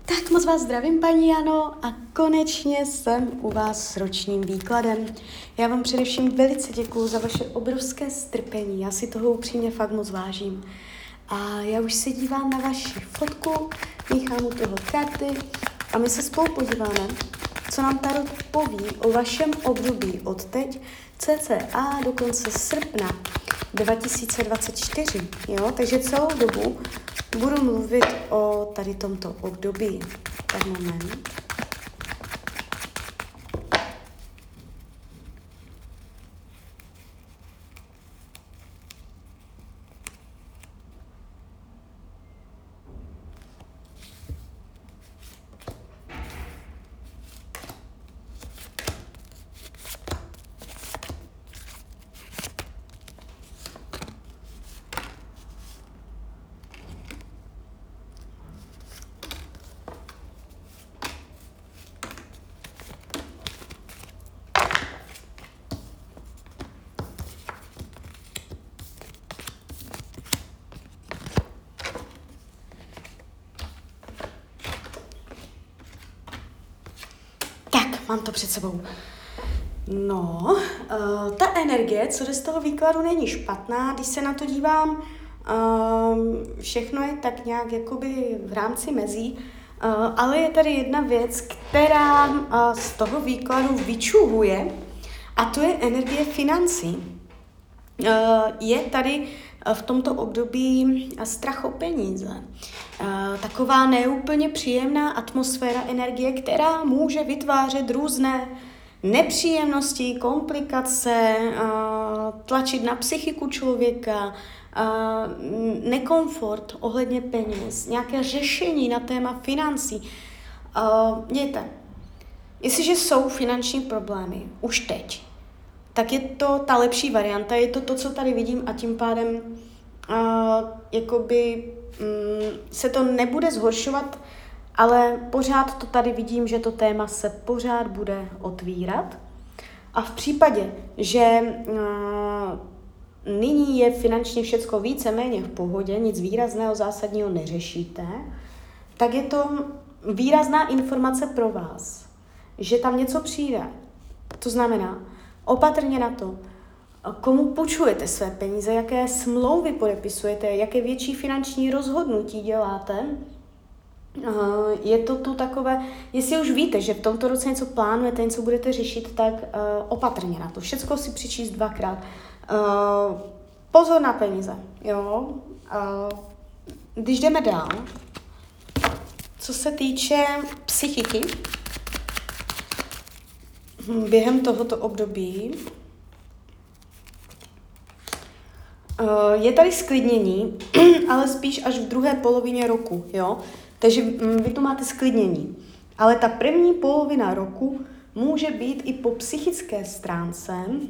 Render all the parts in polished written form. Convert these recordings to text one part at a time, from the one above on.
Tak moc vás zdravím, paní Jano, a konečně jsem u vás s ročním výkladem. Já vám především velice děkuju za vaše obrovské strpení, já si toho upřímně fakt moc vážím. A já už se dívám na vaši fotku, míchám u toho karty a my se spolu podíváme, co nám tarot poví o vašem období od teď cca do konce srpna 2024, jo? Takže celou dobu budu mluvit o tady tomto období. Tak moment. Mám to před sebou. No, ta energie, co jde z toho výkladu, není špatná. Když se na to dívám, všechno je tak nějak jakoby v rámci mezí, ale je tady jedna věc, která z toho výkladu vyčuhuje, a to je energie financí. Je tady v tomto období strach o peníze. Taková neúplně příjemná atmosféra energie, která může vytvářet různé nepříjemnosti, komplikace, tlačit na psychiku člověka, nekomfort ohledně peněz, nějaké řešení na téma financí. Mějte, jestliže jsou finanční problémy už teď, tak je to ta lepší varianta, je to, co tady vidím, a tím pádem se to nebude zhoršovat, ale pořád to tady vidím, že to téma se pořád bude otvírat. A v případě, že nyní je finančně všecko víceméně v pohodě, nic výrazného, zásadního neřešíte, tak je to výrazná informace pro vás, že tam něco přijde. To znamená, opatrně na to, komu půjčujete své peníze, jaké smlouvy podepisujete, jaké větší finanční rozhodnutí děláte. Je to tu takové, jestli už víte, že v tomto roce něco plánujete, něco budete řešit, tak opatrně na to. Všecko si přečíst dvakrát. Pozor na peníze, jo. Když jdeme dál, co se týče psychiky, během tohoto období je tady sklidnění, ale spíš až v druhé polovině roku, jo? Takže vy tu máte sklidnění. Ale ta první polovina roku může být i po psychické stránce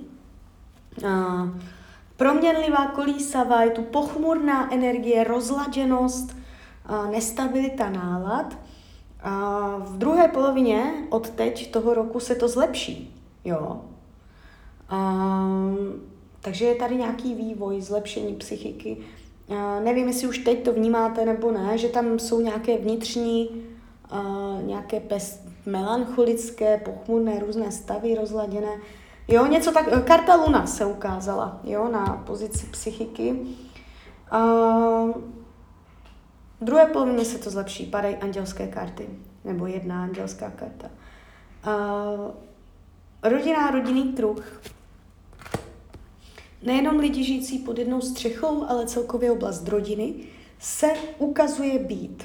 proměnlivá, kolísavá, je tu pochmurná energie, rozladěnost, nestabilita nálad. V druhé polovině od teď toho roku se to zlepší, jo? Takže je tady nějaký vývoj, zlepšení psychiky. Nevím, jestli už teď to vnímáte nebo ne, že tam jsou nějaké vnitřní, nějaké melancholické, pochmurné, různé stavy rozladěné. Jo, něco tak, karta Luna se ukázala, jo, na pozici psychiky. V druhé polovině se to zlepší, padají andělské karty, nebo jedna andělská karta. Rodina, rodinný kruh. Nejenom lidi žijící pod jednou střechou, ale celkově oblast rodiny se ukazuje být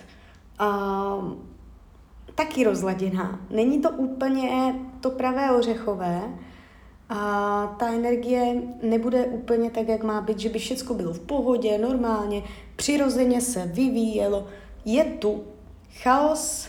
taky rozladěná. Není to úplně to pravé ořechové a ta energie nebude úplně tak, jak má být, že by všechno bylo v pohodě, normálně, přirozeně se vyvíjelo. Je tu chaos,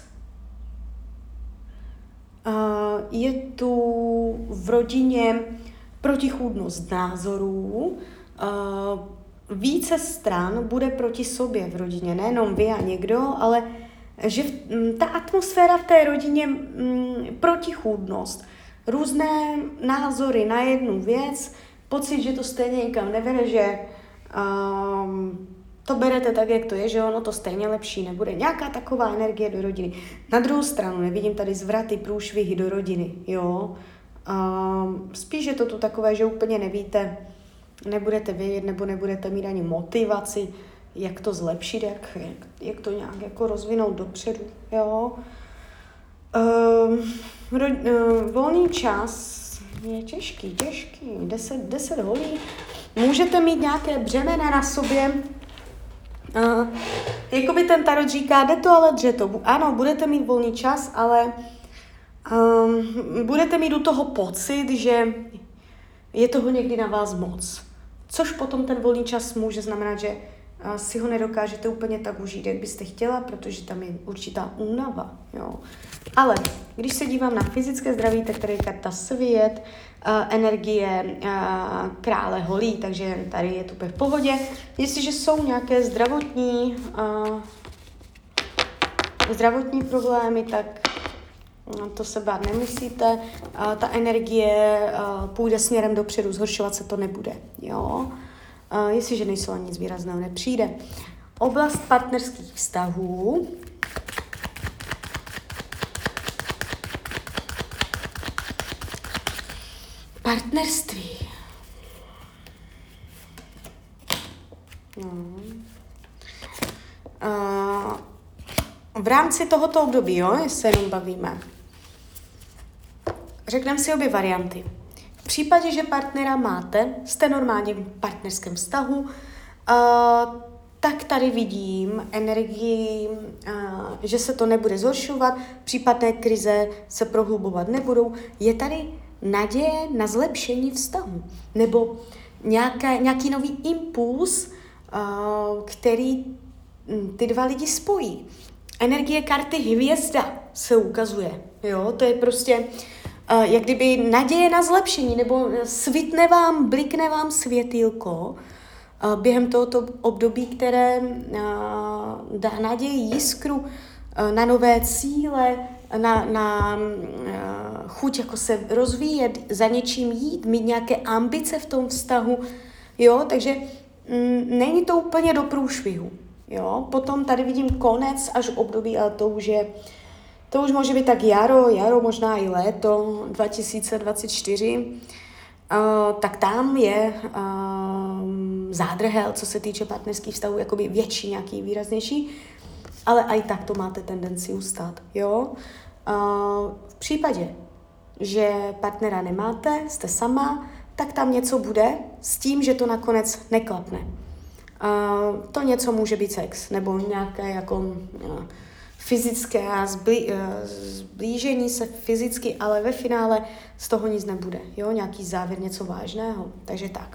je tu v rodině protichůdnost názorů, více stran bude proti sobě v rodině, nejenom vy a někdo, ale že ta atmosféra v té rodině, protichůdnost, různé názory na jednu věc, pocit, že to stejně nikam nevede, že to berete tak, jak to je, že ono to stejně lepší nebude. Nějaká taková energie do rodiny. Na druhou stranu nevidím tady zvraty, průšvihy do rodiny, jo. Spíš je to tu takové, že úplně nevíte, nebudete vědět, nebo nebudete mít ani motivaci, jak to zlepšit, jak to nějak jako rozvinout dopředu, jo. Volný čas je těžký, 10 holí. Můžete mít nějaké břemena na sobě, jakoby ten tarot říká, jde to, ale dře to. Ano, budete mít volný čas, ale budete mít u toho pocit, že je toho někdy na vás moc. Což potom ten volný čas může znamenat, že si ho nedokážete úplně tak užít, jak byste chtěla, protože tam je určitá únava. Jo. Ale když se dívám na fyzické zdraví, tak tady je karta svět, energie krále holí, takže tady je to v pohodě. Jestliže jsou nějaké zdravotní problémy, tak to se bát nemusíte. Ta energie půjde směrem dopředu, zhoršovat se to nebude. Jo? Jestliže nejsou ani nic výrazného, nepřijde. Oblast partnerských vztahů. Partnerství. V rámci tohoto období, jo, se jenom bavíme, řekneme si obě varianty. V případě, že partnera máte, jste normálně v partnerském vztahu, tak tady vidím energii, že se to nebude zhoršovat, případné krize se prohlubovat nebudou. Je tady naděje na zlepšení vztahu, nebo nějaký nový impuls, který ty dva lidi spojí. Energie karty hvězda se ukazuje. Jo? To je prostě jak kdyby naděje na zlepšení, nebo blikne vám světýlko během tohoto období, které dá naději, jiskru na nové cíle, na chuť jako se rozvíjet, za něčím jít, mít nějaké ambice v tom vztahu. Jo? Takže není to úplně do průšvihu. Jo? Potom tady vidím konec až období, ale to už může být tak jaro, možná i léto 2024, tak tam je zádrhel, co se týče partnerských vztahů, jakoby větší, nějaký výraznější, ale i tak to máte tendenci ustát. Jo? V případě, že partnera nemáte, jste sama, tak tam něco bude s tím, že to nakonec neklapne. To něco může být sex, nebo nějaké jako fyzické zblížení se fyzicky, ale ve finále z toho nic nebude. Jo? Nějaký závěr, něco vážného. Takže tak.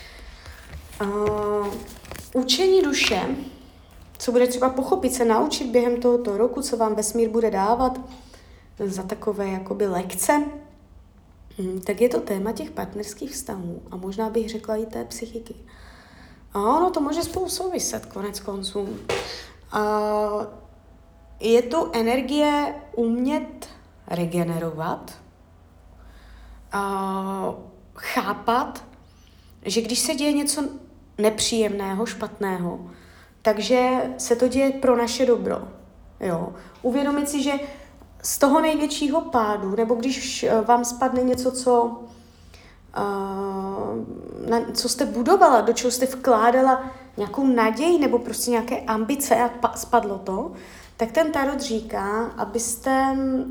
Učení duše, co bude třeba pochopit, se naučit během tohoto roku, co vám vesmír bude dávat za takové jakoby lekce, tak je to téma těch partnerských vztahů. A možná bych řekla i té psychiky. A ono to může spolu souviset konec konců. Je tu energie umět regenerovat, chápat, že když se děje něco nepříjemného, špatného, takže se to děje pro naše dobro. Jo. Uvědomit si, že z toho největšího pádu, nebo když vám spadne něco, co jste budovala, do čeho jste vkládala nějakou naději nebo prostě nějaké ambice a spadlo to, tak ten tarot říká, abyste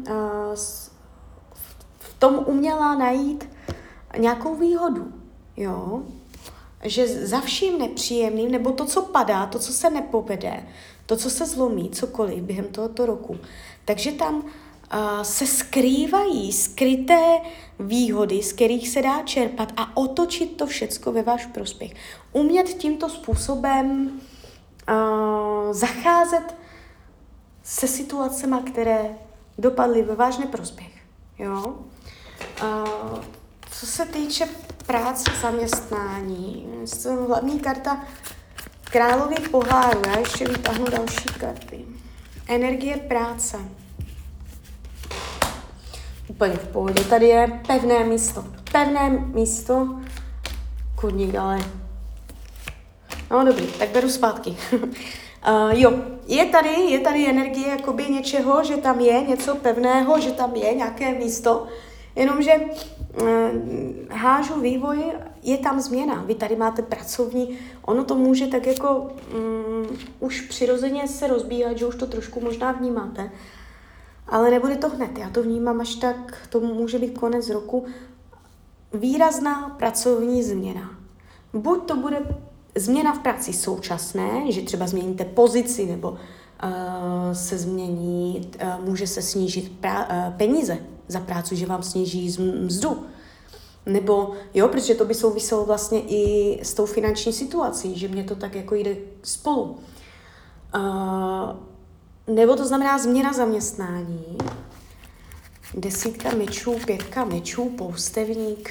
v tom uměla najít nějakou výhodu. Jo? Že za vším nepříjemným, nebo to, co padá, to, co se nepovede, to, co se zlomí, cokoliv během tohoto roku, takže tam se skrývají skryté výhody, z kterých se dá čerpat a otočit to všecko ve váš prospěch. Umět tímto způsobem zacházet se situacemi, které dopadly ve váš neprospěch. Jo? Co se týče práce, zaměstnání, hlavní karta královy poháru. Já ještě vytáhnu další karty. Energie práce. Úplně v pohodě. Tady je pevné místo. Kurník, ale No dobrý, tak beru zpátky. Jo, je tady energie jakoby něčeho, že tam je něco pevného, že tam je nějaké místo, jenomže hážu vývoj, je tam změna. Vy tady máte pracovní, ono to může tak jako už přirozeně se rozbíhat, že už to trošku možná vnímáte, ale nebude to hned. Já to vnímám až tak, to může být konec roku. Výrazná pracovní změna. Buď to bude změna v práci současné, že třeba změníte pozici, nebo se změní, může se snížit peníze za práci, že vám sníží mzdu. Nebo, jo, protože to by souviselo vlastně i s tou finanční situací, že mě to tak jako jde spolu. Nebo to znamená změna zaměstnání. 10 mečů, 5 mečů, poustevník,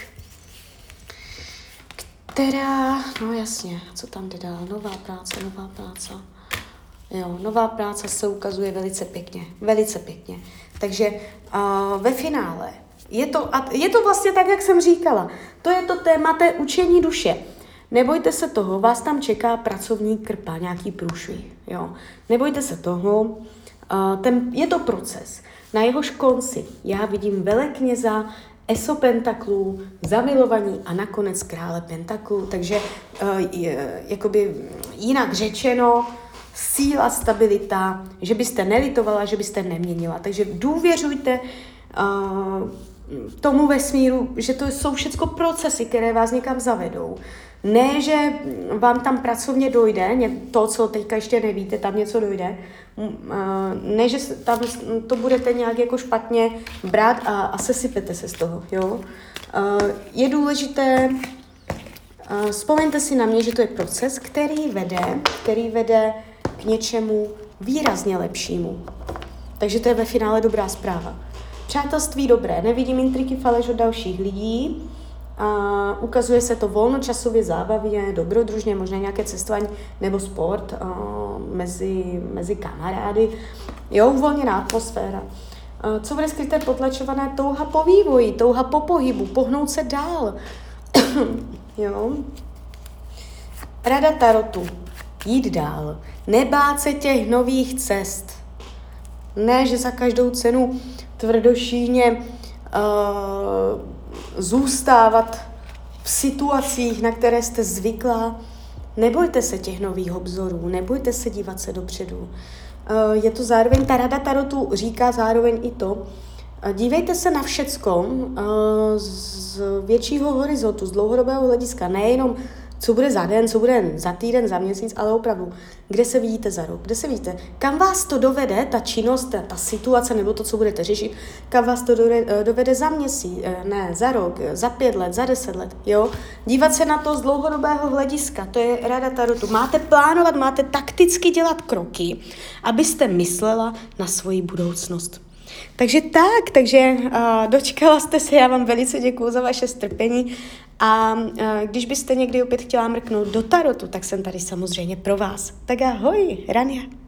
která, no jasně, co tam jde dál, nová práce. Jo, nová práce se ukazuje velice pěkně. Takže ve finále je to vlastně tak, jak jsem říkala. To je to téma té učení duše. Nebojte se toho, vás tam čeká pracovní krpa, nějaký průšvih. Jo. Nebojte se toho, je to proces. Na jehož konci já vidím velekněza, eso pentaklů, zamilovaní a nakonec krále pentaklů. Takže jakoby jinak řečeno, síla, stabilita, že byste nelitovala, že byste neměnila. Takže důvěřujte tomu vesmíru, že to jsou všechno procesy, které vás někam zavedou. Ne, že vám tam pracovně dojde, to, co teďka ještě nevíte, tam něco dojde, ne, že tam to budete nějak jako špatně brát a sesypete se z toho. Jo? Je důležité, vzpomeňte si na mě, že to je proces, který vede k něčemu výrazně lepšímu. Takže to je ve finále dobrá zpráva. Přátelství dobré, nevidím intriky, faleš od dalších lidí, ukazuje se to volnočasově, zábavně, dobrodružně, možná nějaké cestování nebo sport mezi kamarády. Jo, uvolněná atmosféra. Co bude skryté, potlačované, touha po vývoji, touha po pohybu, pohnout se dál. Jo. Rada tarotu. Jít dál. Nebát se těch nových cest. Ne, že za každou cenu tvrdošíjně zůstávat v situacích, na které jste zvyklá. Nebojte se těch nových obzorů, nebojte se dívat se dopředu. Je to zároveň, ta rada tarotu říká zároveň i to, dívejte se na všecko z většího horizontu, z dlouhodobého hlediska, nejenom co bude za den, co bude za týden, za měsíc, ale opravdu, kde se vidíte za rok, kde se vidíte, kam vás to dovede, ta činnost, ta situace nebo to, co budete řešit, kam vás to dovede za měsíc, ne, za rok, za 5 let, za 10 let, jo. Dívat se na to z dlouhodobého hlediska, to je rada tarotu. Máte plánovat, máte takticky dělat kroky, abyste myslela na svoji budoucnost. Takže dočkala jste se, já vám velice děkuju za vaše strpení a když byste někdy opět chtěla mrknout do tarotu, tak jsem tady samozřejmě pro vás. Tak ahoj, Rania.